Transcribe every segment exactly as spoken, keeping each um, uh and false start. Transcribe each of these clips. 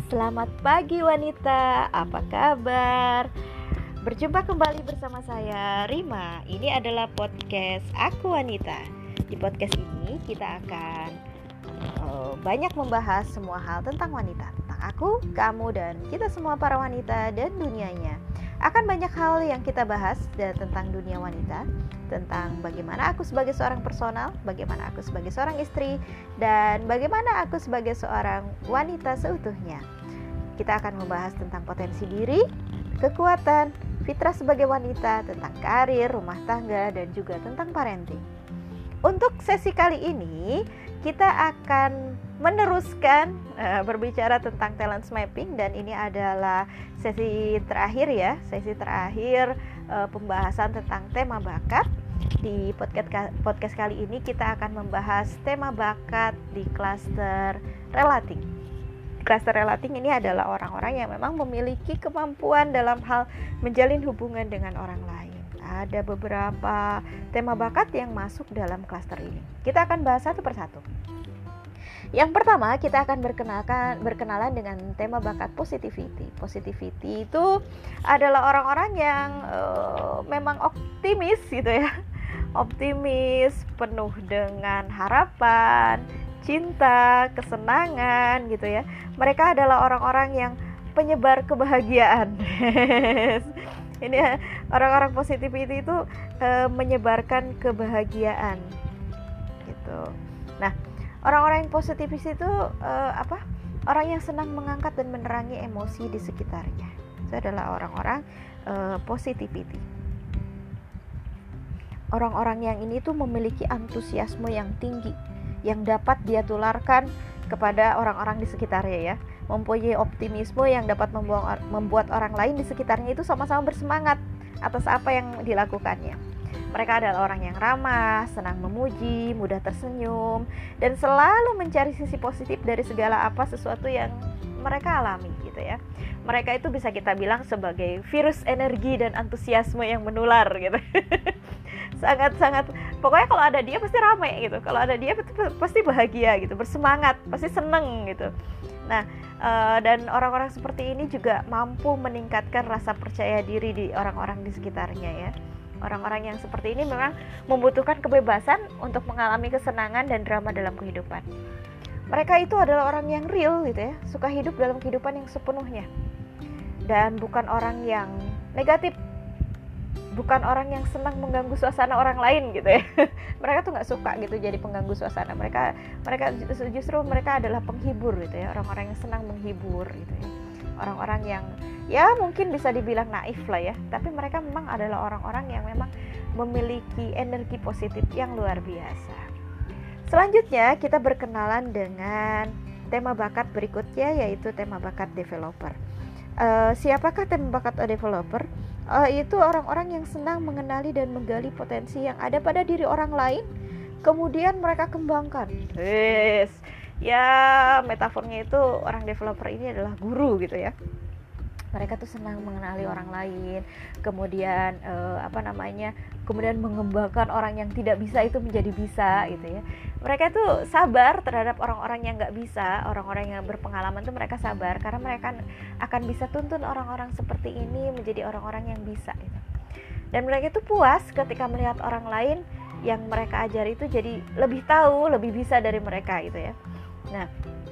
Selamat pagi wanita, apa kabar? Berjumpa kembali bersama saya Rima. Ini adalah podcast Aku Wanita. Di podcast ini kita akan uh, banyak membahas semua hal tentang wanita, tentang aku, kamu, dan kita semua para wanita dan dunianya. Akan banyak hal yang kita bahas dan tentang dunia wanita, tentang bagaimana aku sebagai seorang personal, bagaimana aku sebagai seorang istri, dan bagaimana aku sebagai seorang wanita seutuhnya. Kita akan membahas tentang potensi diri, kekuatan, fitrah sebagai wanita, tentang karir, rumah tangga, dan juga tentang parenting. Untuk sesi kali ini, kita akan meneruskan uh, berbicara tentang talent mapping, dan ini adalah sesi terakhir ya, sesi terakhir uh, pembahasan tentang tema bakat. Di podcast podcast kali ini kita akan membahas tema bakat di klaster relating. Klaster relating ini adalah orang-orang yang memang memiliki kemampuan dalam hal menjalin hubungan dengan orang lain. Ada beberapa tema bakat yang masuk dalam klaster ini. Kita akan bahas satu persatu. Yang pertama, kita akan berkenalkan, berkenalan dengan tema bakat positivity. Positivity itu adalah orang-orang yang uh, memang optimis gitu ya. Optimis, penuh dengan harapan, cinta, kesenangan gitu ya. Mereka adalah orang-orang yang penyebar kebahagiaan. Ini orang-orang positivity itu e, menyebarkan kebahagiaan gitu. Nah, orang-orang yang positivis itu e, apa? Orang yang senang mengangkat dan menerangi emosi di sekitarnya. Itu adalah orang-orang e, positivity. Orang-orang yang ini tuh memiliki antusiasme yang tinggi yang dapat dia tularkan kepada orang-orang di sekitarnya ya. Mempunyai optimisme yang dapat membuat, membuat orang lain di sekitarnya itu sama-sama bersemangat atas apa yang dilakukannya. Mereka adalah orang yang ramah, senang memuji, mudah tersenyum, dan selalu mencari sisi positif dari segala apa sesuatu yang mereka alami gitu ya. Mereka itu bisa kita bilang sebagai virus energi dan antusiasme yang menular gitu. Sangat-sangat, pokoknya kalau ada dia pasti ramai gitu. Kalau ada dia pasti bahagia gitu, bersemangat, pasti seneng gitu. Nah, uh, dan orang-orang seperti ini juga mampu meningkatkan rasa percaya diri di orang-orang di sekitarnya ya. Orang-orang yang seperti ini memang membutuhkan kebebasan untuk mengalami kesenangan dan drama dalam kehidupan. Mereka itu adalah orang yang real gitu ya, suka hidup dalam kehidupan yang sepenuhnya. Dan bukan orang yang negatif, bukan orang yang senang mengganggu suasana orang lain gitu ya. Mereka tuh nggak suka gitu jadi pengganggu suasana. Mereka mereka justru mereka adalah penghibur gitu ya, orang-orang yang senang menghibur gitu ya. Orang-orang yang ya mungkin bisa dibilang naif lah ya, tapi mereka memang adalah orang-orang yang memang memiliki energi positif yang luar biasa. Selanjutnya kita berkenalan dengan tema bakat berikutnya, yaitu tema bakat developer. Uh, siapakah tema bakat developer? Uh, itu orang-orang yang senang mengenali dan menggali potensi yang ada pada diri orang lain, kemudian mereka kembangkan. Yes. Ya, metafornya itu orang developer ini adalah guru gitu ya. Mereka tuh senang mengenali orang lain, kemudian uh, apa namanya, kemudian mengembangkan orang yang tidak bisa itu menjadi bisa gitu ya. Mereka tuh sabar terhadap orang-orang yang nggak bisa, orang-orang yang berpengalaman tuh mereka sabar karena mereka akan bisa tuntun orang-orang seperti ini menjadi orang-orang yang bisa gitu. Dan mereka tuh puas ketika melihat orang lain yang mereka ajari itu jadi lebih tahu, lebih bisa dari mereka gitu ya. Nah,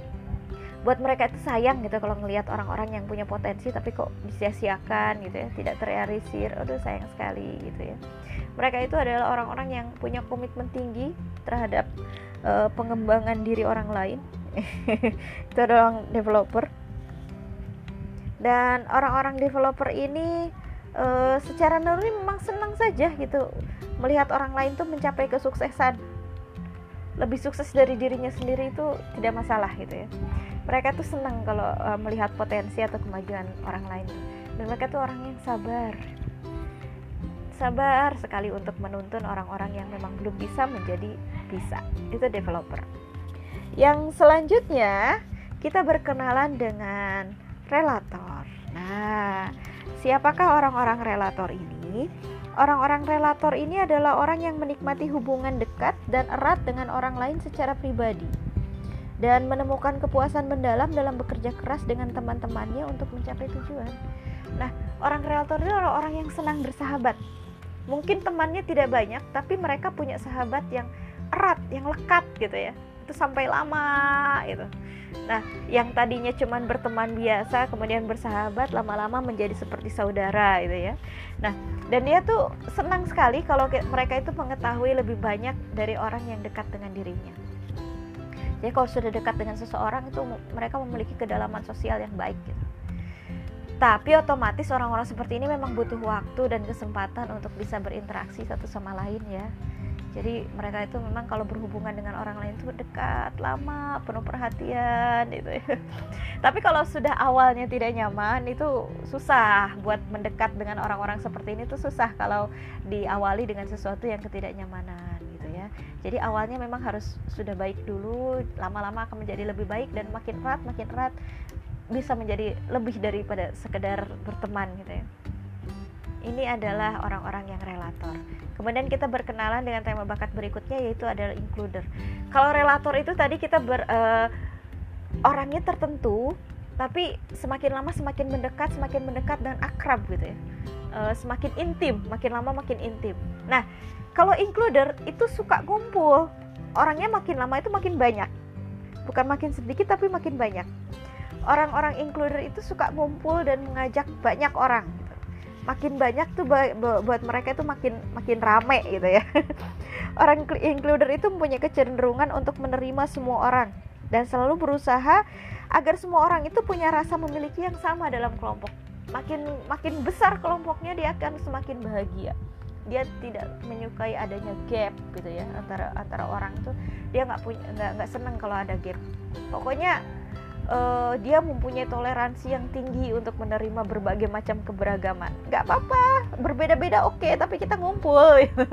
buat mereka itu sayang gitu kalau ngelihat orang-orang yang punya potensi tapi kok disia-siakan gitu ya, tidak terrealisir. Aduh, sayang sekali gitu ya. Mereka itu adalah orang-orang yang punya komitmen tinggi terhadap uh, pengembangan diri orang lain. Itu adalah orang developer. Dan orang-orang developer ini uh, secara naluri memang senang saja gitu melihat orang lain tuh mencapai kesuksesan. Lebih sukses dari dirinya sendiri itu tidak masalah gitu ya. Mereka tuh senang kalau uh, melihat potensi atau kemajuan orang lain. Dan mereka tuh orang yang sabar. Sabar sekali untuk menuntun orang-orang yang memang belum bisa menjadi bisa. Itu developer. Yang selanjutnya kita berkenalan dengan relator. Nah, siapakah orang-orang relator ini? Orang-orang relator ini adalah orang yang menikmati hubungan dekat dan erat dengan orang lain secara pribadi. dan menemukan kepuasan mendalam dalam bekerja keras dengan teman-temannya untuk mencapai tujuan. Nah, orang relator itu orang-orang yang senang bersahabat. Mungkin temannya tidak banyak, tapi mereka punya sahabat yang erat, yang lekat gitu ya. Itu sampai lama gitu. Nah, yang tadinya cuman berteman biasa, kemudian bersahabat, lama-lama menjadi seperti saudara gitu ya. Nah, dan dia tuh senang sekali kalau mereka itu mengetahui lebih banyak dari orang yang dekat dengan dirinya. Jadi kalau sudah dekat dengan seseorang itu mereka memiliki kedalaman sosial yang baik gitu. Tapi otomatis orang-orang seperti ini memang butuh waktu dan kesempatan untuk bisa berinteraksi satu sama lain ya. Jadi mereka itu memang kalau berhubungan dengan orang lain itu dekat, lama, penuh perhatian gitu ya. Tapi kalau sudah awalnya tidak nyaman itu susah buat mendekat dengan orang-orang seperti ini, tuh susah kalau diawali dengan sesuatu yang ketidaknyamanan gitu ya. Jadi awalnya memang harus sudah baik dulu, lama-lama akan menjadi lebih baik dan makin erat, makin erat bisa menjadi lebih daripada sekedar berteman gitu ya. Ini adalah orang-orang yang relator. Kemudian kita berkenalan dengan tema bakat berikutnya, yaitu adalah includer. Kalau relator itu tadi kita ber, uh, orangnya tertentu, tapi semakin lama semakin mendekat, semakin mendekat dan akrab gitu ya. Uh, semakin intim, makin lama makin intim. Nah, kalau includer itu suka ngumpul, orangnya makin lama itu makin banyak. Bukan makin sedikit tapi makin banyak. Orang-orang includer itu suka ngumpul dan mengajak banyak orang. Makin banyak tuh buat mereka itu makin makin rame gitu ya. Orang includer itu mempunyai kecenderungan untuk menerima semua orang dan selalu berusaha agar semua orang itu punya rasa memiliki yang sama dalam kelompok. Makin makin besar kelompoknya, dia akan semakin bahagia. Dia tidak menyukai adanya gap gitu ya antara antara orang itu. Dia nggak punya nggak nggak senang kalau ada gap. Pokoknya Uh, dia mempunyai toleransi yang tinggi untuk menerima berbagai macam keberagaman. Gak apa-apa, berbeda-beda oke, okay, tapi kita ngumpul gitu.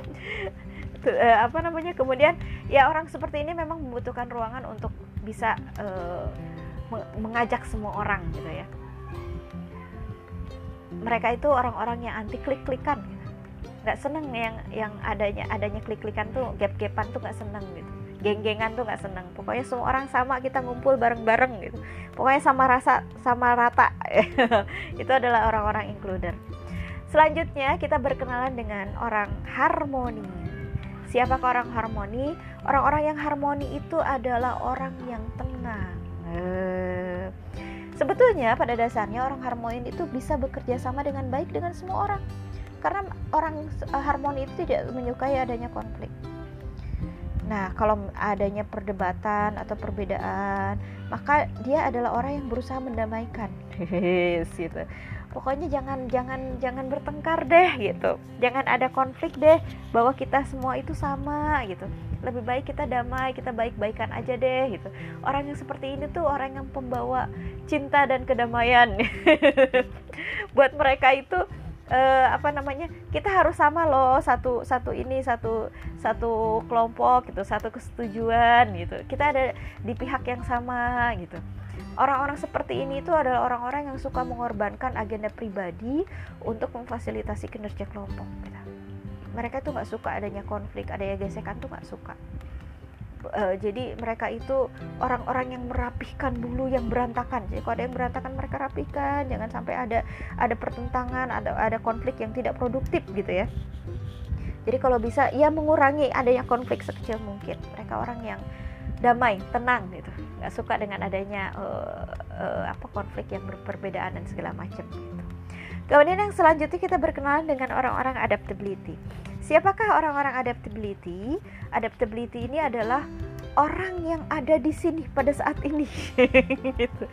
uh, apa namanya kemudian ya orang seperti ini memang membutuhkan ruangan untuk bisa uh, mengajak semua orang gitu ya. Mereka itu orang-orang yang anti klik-klikan gitu. Gak seneng yang yang adanya adanya klik-klikan tuh, gap-gapan tuh gak seneng gitu. Geng-gengan tuh nggak seneng. Pokoknya semua orang sama, kita ngumpul bareng-bareng gitu. Pokoknya sama rasa, sama rata. Itu adalah orang-orang includer. Selanjutnya kita berkenalan dengan orang harmoni. Siapakah orang harmoni? Orang-orang yang harmoni itu adalah orang yang tenang. Sebetulnya pada dasarnya orang harmoni itu bisa bekerja sama dengan baik dengan semua orang. Karena orang harmoni itu tidak menyukai adanya konflik. Nah, kalau adanya perdebatan atau perbedaan, maka dia adalah orang yang berusaha mendamaikan. Gitu. Pokoknya jangan jangan jangan bertengkar deh gitu. Jangan ada konflik deh, bahwa kita semua itu sama gitu. Lebih baik kita damai, kita baik-baikan aja deh gitu. Orang yang seperti ini tuh orang yang pembawa cinta dan kedamaian. Buat mereka itu Uh, apa namanya kita harus sama loh, satu satu ini satu satu kelompok gitu, satu kesetujuan gitu, kita ada di pihak yang sama gitu. Orang-orang seperti ini itu adalah orang-orang yang suka mengorbankan agenda pribadi untuk memfasilitasi kinerja kelompok gitu. Mereka tuh nggak suka adanya konflik, adanya gesekan tuh nggak suka. Uh, jadi mereka itu orang-orang yang merapihkan dulu yang berantakan. Jadi kalau ada yang berantakan mereka rapihkan, jangan sampai ada ada pertentangan, ada ada konflik yang tidak produktif gitu ya. Jadi kalau bisa ya mengurangi adanya konflik sekecil mungkin. Mereka orang yang damai, tenang gitu, nggak suka dengan adanya uh, uh, apa konflik yang berperbedaan dan segala macam gitu. Kemudian yang selanjutnya kita berkenalan dengan orang-orang adaptability. Siapakah orang-orang adaptability? Adaptability ini adalah orang yang ada di sini pada saat ini. Gitu.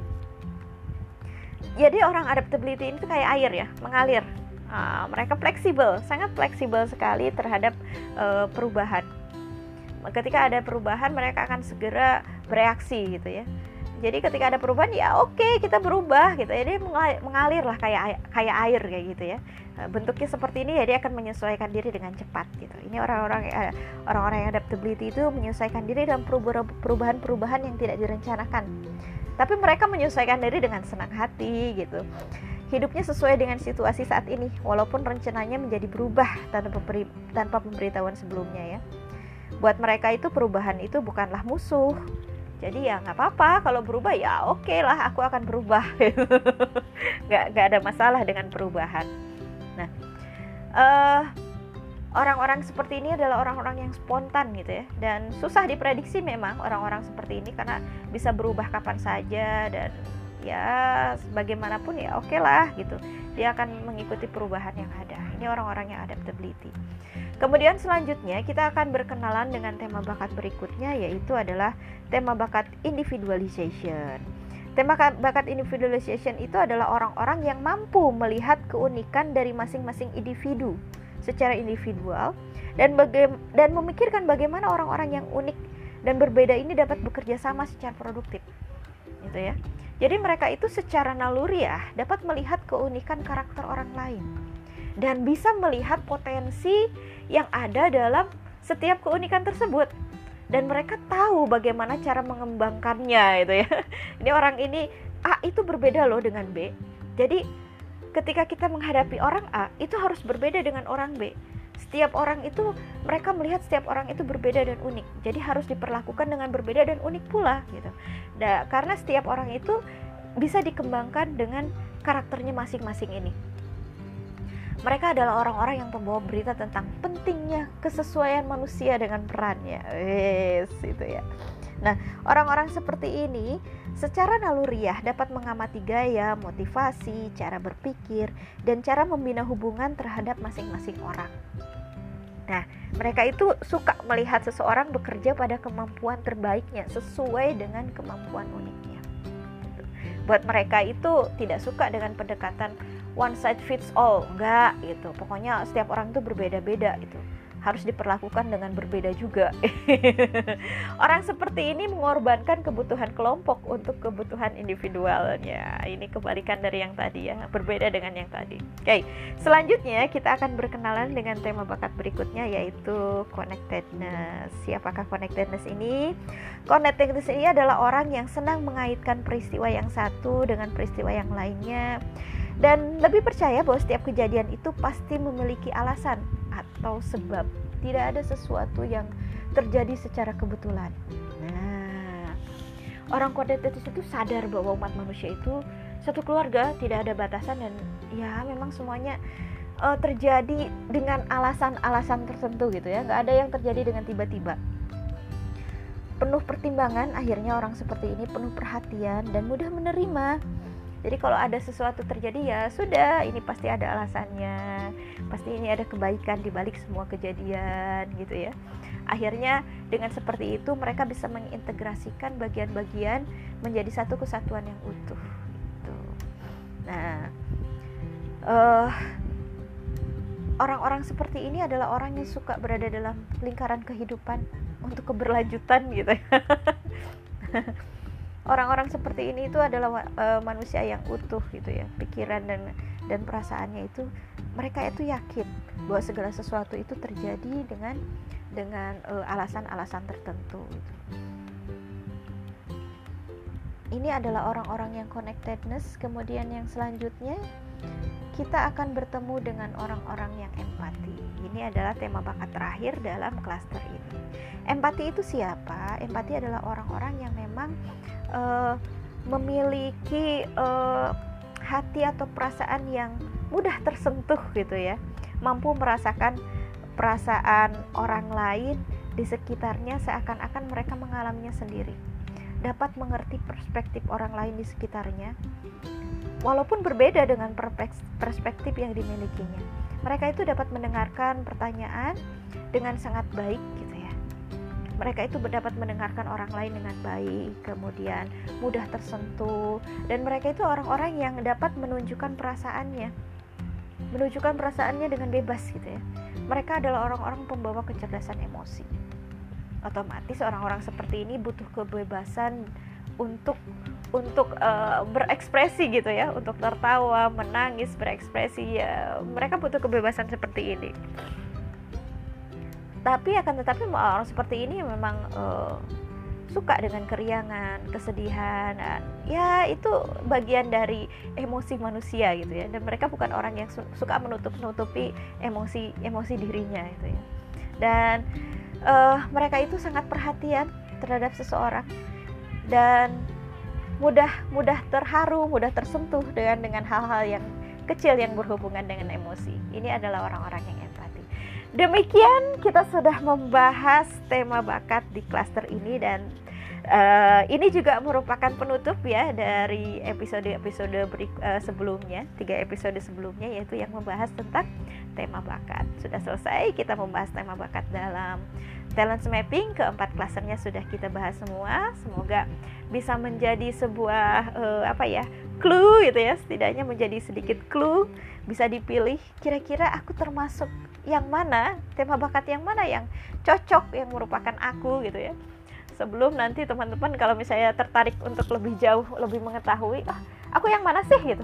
Jadi orang adaptability ini tuh kayak air ya, mengalir. Uh, mereka fleksibel, sangat fleksibel sekali terhadap uh, perubahan. Ketika ada perubahan mereka akan segera bereaksi gitu ya. Jadi ketika ada perubahan ya oke okay, kita berubah gitu ya. Dia mengalir lah kayak kayak air kayak gitu ya. Bentuknya seperti ini ya, dia akan menyesuaikan diri dengan cepat gitu. Ini orang-orang orang-orang yang adaptability itu menyesuaikan diri dalam perubahan-perubahan yang tidak direncanakan. Tapi mereka menyesuaikan diri dengan senang hati gitu. Hidupnya sesuai dengan situasi saat ini walaupun rencananya menjadi berubah tanpa pemberi, tanpa pemberitahuan sebelumnya ya. Buat mereka itu perubahan itu bukanlah musuh. Jadi ya nggak apa-apa kalau berubah, ya oke okay lah, aku akan berubah. nggak nggak ada masalah dengan perubahan. Nah, uh, orang-orang seperti ini adalah orang-orang yang spontan gitu ya, dan susah diprediksi memang orang-orang seperti ini karena bisa berubah kapan saja, dan ya bagaimanapun ya oke okay lah gitu, dia akan mengikuti perubahan yang ada. Ini orang-orang yang adaptability. Kemudian selanjutnya kita akan berkenalan dengan tema bakat berikutnya, yaitu adalah tema bakat individualization. Tema bakat individualization itu adalah orang-orang yang mampu melihat keunikan dari masing-masing individu secara individual, dan baga- dan memikirkan bagaimana orang-orang yang unik dan berbeda ini dapat bekerja sama secara produktif, gitu ya. Jadi mereka itu secara naluriah dapat melihat keunikan karakter orang lain dan bisa melihat potensi yang ada dalam setiap keunikan tersebut, dan mereka tahu bagaimana cara mengembangkannya gitu ya. Ini orang ini A itu berbeda loh dengan B. Jadi ketika kita menghadapi orang A itu harus berbeda dengan orang B. Setiap orang itu, mereka melihat setiap orang itu berbeda dan unik. Jadi harus diperlakukan dengan berbeda dan unik pula gitu. Nah, karena setiap orang itu bisa dikembangkan dengan karakternya masing-masing ini. Mereka adalah orang-orang yang pembawa berita tentang pentingnya kesesuaian manusia dengan perannya. Yes, itu ya. Nah, orang-orang seperti ini secara naluriah dapat mengamati gaya, motivasi, cara berpikir, dan cara membina hubungan terhadap masing-masing orang. Nah, mereka itu suka melihat seseorang bekerja pada kemampuan terbaiknya sesuai dengan kemampuan uniknya. Buat mereka itu tidak suka dengan pendekatan one size fits all, enggak gitu. Pokoknya setiap orang itu berbeda-beda gitu. Harus diperlakukan dengan berbeda juga. Orang seperti ini mengorbankan kebutuhan kelompok untuk kebutuhan individualnya. Ini kebalikan dari yang tadi ya, berbeda dengan yang tadi. Oke, selanjutnya kita akan berkenalan dengan tema bakat berikutnya, yaitu connectedness. Siapakah connectedness ini? Connectedness ini adalah orang yang senang mengaitkan peristiwa yang satu dengan peristiwa yang lainnya, dan lebih percaya bahwa setiap kejadian itu pasti memiliki alasan atau sebab. Tidak ada sesuatu yang terjadi secara kebetulan. Nah, orang connected itu sadar bahwa umat manusia itu satu keluarga, tidak ada batasan, dan ya memang semuanya uh, terjadi dengan alasan-alasan tertentu gitu ya. Gak ada yang terjadi dengan tiba-tiba. Penuh pertimbangan, akhirnya orang seperti ini penuh perhatian dan mudah menerima. Jadi kalau ada sesuatu terjadi, ya sudah, ini pasti ada alasannya, pasti ini ada kebaikan di balik semua kejadian gitu ya. Akhirnya dengan seperti itu mereka bisa mengintegrasikan bagian-bagian menjadi satu kesatuan yang utuh gitu. Nah, uh, orang-orang seperti ini adalah orang yang suka berada dalam lingkaran kehidupan untuk keberlanjutan gitu ya. Orang-orang seperti ini itu adalah uh, manusia yang utuh gitu ya. Pikiran dan dan perasaannya itu, mereka itu yakin bahwa segala sesuatu itu terjadi dengan dengan uh, alasan-alasan tertentu gitu. Ini adalah orang-orang yang connectedness. Kemudian yang selanjutnya kita akan bertemu dengan orang-orang yang empati. Ini adalah tema bakat terakhir dalam klaster ini. Empati itu siapa? Empati adalah orang-orang yang memang Uh, memiliki uh, hati atau perasaan yang mudah tersentuh gitu ya, mampu merasakan perasaan orang lain di sekitarnya seakan-akan mereka mengalaminya sendiri, dapat mengerti perspektif orang lain di sekitarnya walaupun berbeda dengan perspektif yang dimilikinya. Mereka itu dapat mendengarkan pertanyaan dengan sangat baik gitu ya. Mereka itu dapat mendengarkan orang lain dengan baik, kemudian mudah tersentuh, dan mereka itu orang-orang yang dapat menunjukkan perasaannya, menunjukkan perasaannya dengan bebas gitu ya. Mereka adalah orang-orang pembawa kecerdasan emosi. Otomatis orang-orang seperti ini butuh kebebasan untuk untuk uh, berekspresi gitu ya, untuk tertawa, menangis, berekspresi ya. Mereka butuh kebebasan seperti ini. Tapi akan tetapi orang seperti ini memang uh, suka dengan keriangan, kesedihan, dan ya itu bagian dari emosi manusia gitu ya. Dan mereka bukan orang yang su- suka menutup-nutupi emosi emosi dirinya gitu ya. Dan uh, mereka itu sangat perhatian terhadap seseorang. dan mudah mudah terharu, mudah tersentuh dengan dengan hal-hal yang kecil yang berhubungan dengan emosi. Ini adalah orang-orang yang empati. Demikian kita sudah membahas tema bakat di klaster ini, dan uh, ini juga merupakan penutup ya dari episode-episode berik- uh, sebelumnya, tiga episode sebelumnya, yaitu yang membahas tentang tema bakat. Sudah selesai kita membahas tema bakat dalam talent mapping. Keempat klasternya sudah kita bahas semua. Semoga bisa menjadi sebuah uh, apa ya clue gitu ya, setidaknya menjadi sedikit clue, bisa dipilih kira-kira aku termasuk yang mana, tema bakat yang mana yang cocok, yang merupakan aku gitu ya. Sebelum nanti teman-teman kalau misalnya tertarik untuk lebih jauh, lebih mengetahui, ah aku yang mana sih gitu,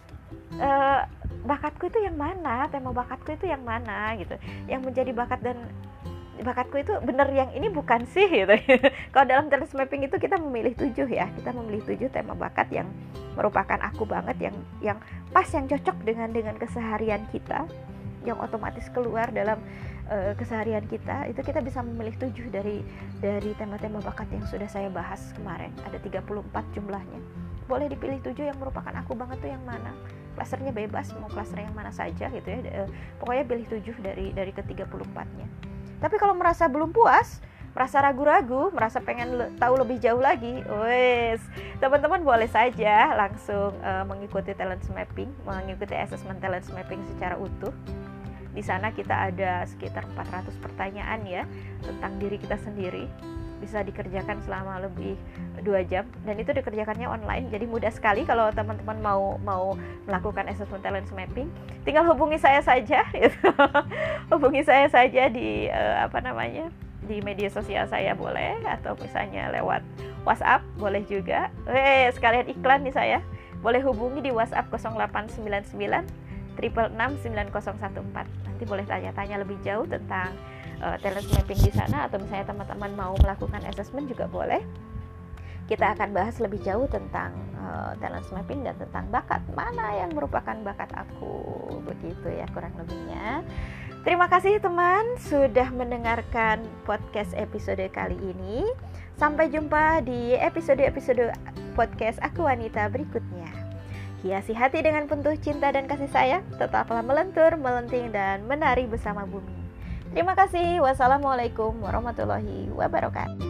e, bakatku itu yang mana, tema bakatku itu yang mana gitu, yang menjadi bakat dan bakatku itu bener yang ini bukan sih gitu. Kalau dalam talent mapping itu kita memilih tujuh ya, kita memilih tujuh tema bakat yang merupakan aku banget, yang yang pas, yang cocok dengan dengan keseharian kita, yang otomatis keluar dalam uh, keseharian kita. Itu kita bisa memilih tujuh dari dari tema-tema bakat yang sudah saya bahas kemarin. Ada tiga puluh empat jumlahnya. Boleh dipilih tujuh yang merupakan aku banget tuh yang mana. Klasternya bebas, mau klaster yang mana saja gitu ya. Uh, pokoknya pilih tujuh dari dari ke tiga puluh empatnya. Tapi kalau merasa belum puas, merasa ragu-ragu, merasa pengen le- tahu lebih jauh lagi, wes, teman-teman boleh saja langsung uh, mengikuti talent mapping, mengikuti assessment talent mapping secara utuh. Di sana kita ada sekitar empat ratus pertanyaan ya tentang diri kita sendiri. Bisa dikerjakan selama lebih dua jam, dan itu dikerjakannya online. Jadi mudah sekali kalau teman-teman mau mau melakukan assessment talent mapping, tinggal hubungi saya saja gitu. Hubungi saya saja di uh, apa namanya? di media sosial saya boleh, atau misalnya lewat WhatsApp boleh juga. Eh sekalian iklan nih saya. Boleh hubungi di WhatsApp nol delapan sembilan sembilan enam enam enam sembilan nol satu empat. Nanti boleh tanya-tanya lebih jauh tentang Uh, talent mapping di sana, atau misalnya teman-teman mau melakukan assessment juga boleh. Kita akan bahas lebih jauh tentang uh, talent mapping dan tentang bakat, mana yang merupakan bakat aku, begitu ya kurang lebihnya. Terima kasih teman sudah mendengarkan podcast episode kali ini. Sampai jumpa di episode-episode podcast Aku Wanita berikutnya. Hiasi hati dengan penuh cinta dan kasih sayang. Tetaplah melentur, melenting, dan menari bersama bumi. Terima kasih. Wassalamualaikum warahmatullahi wabarakatuh.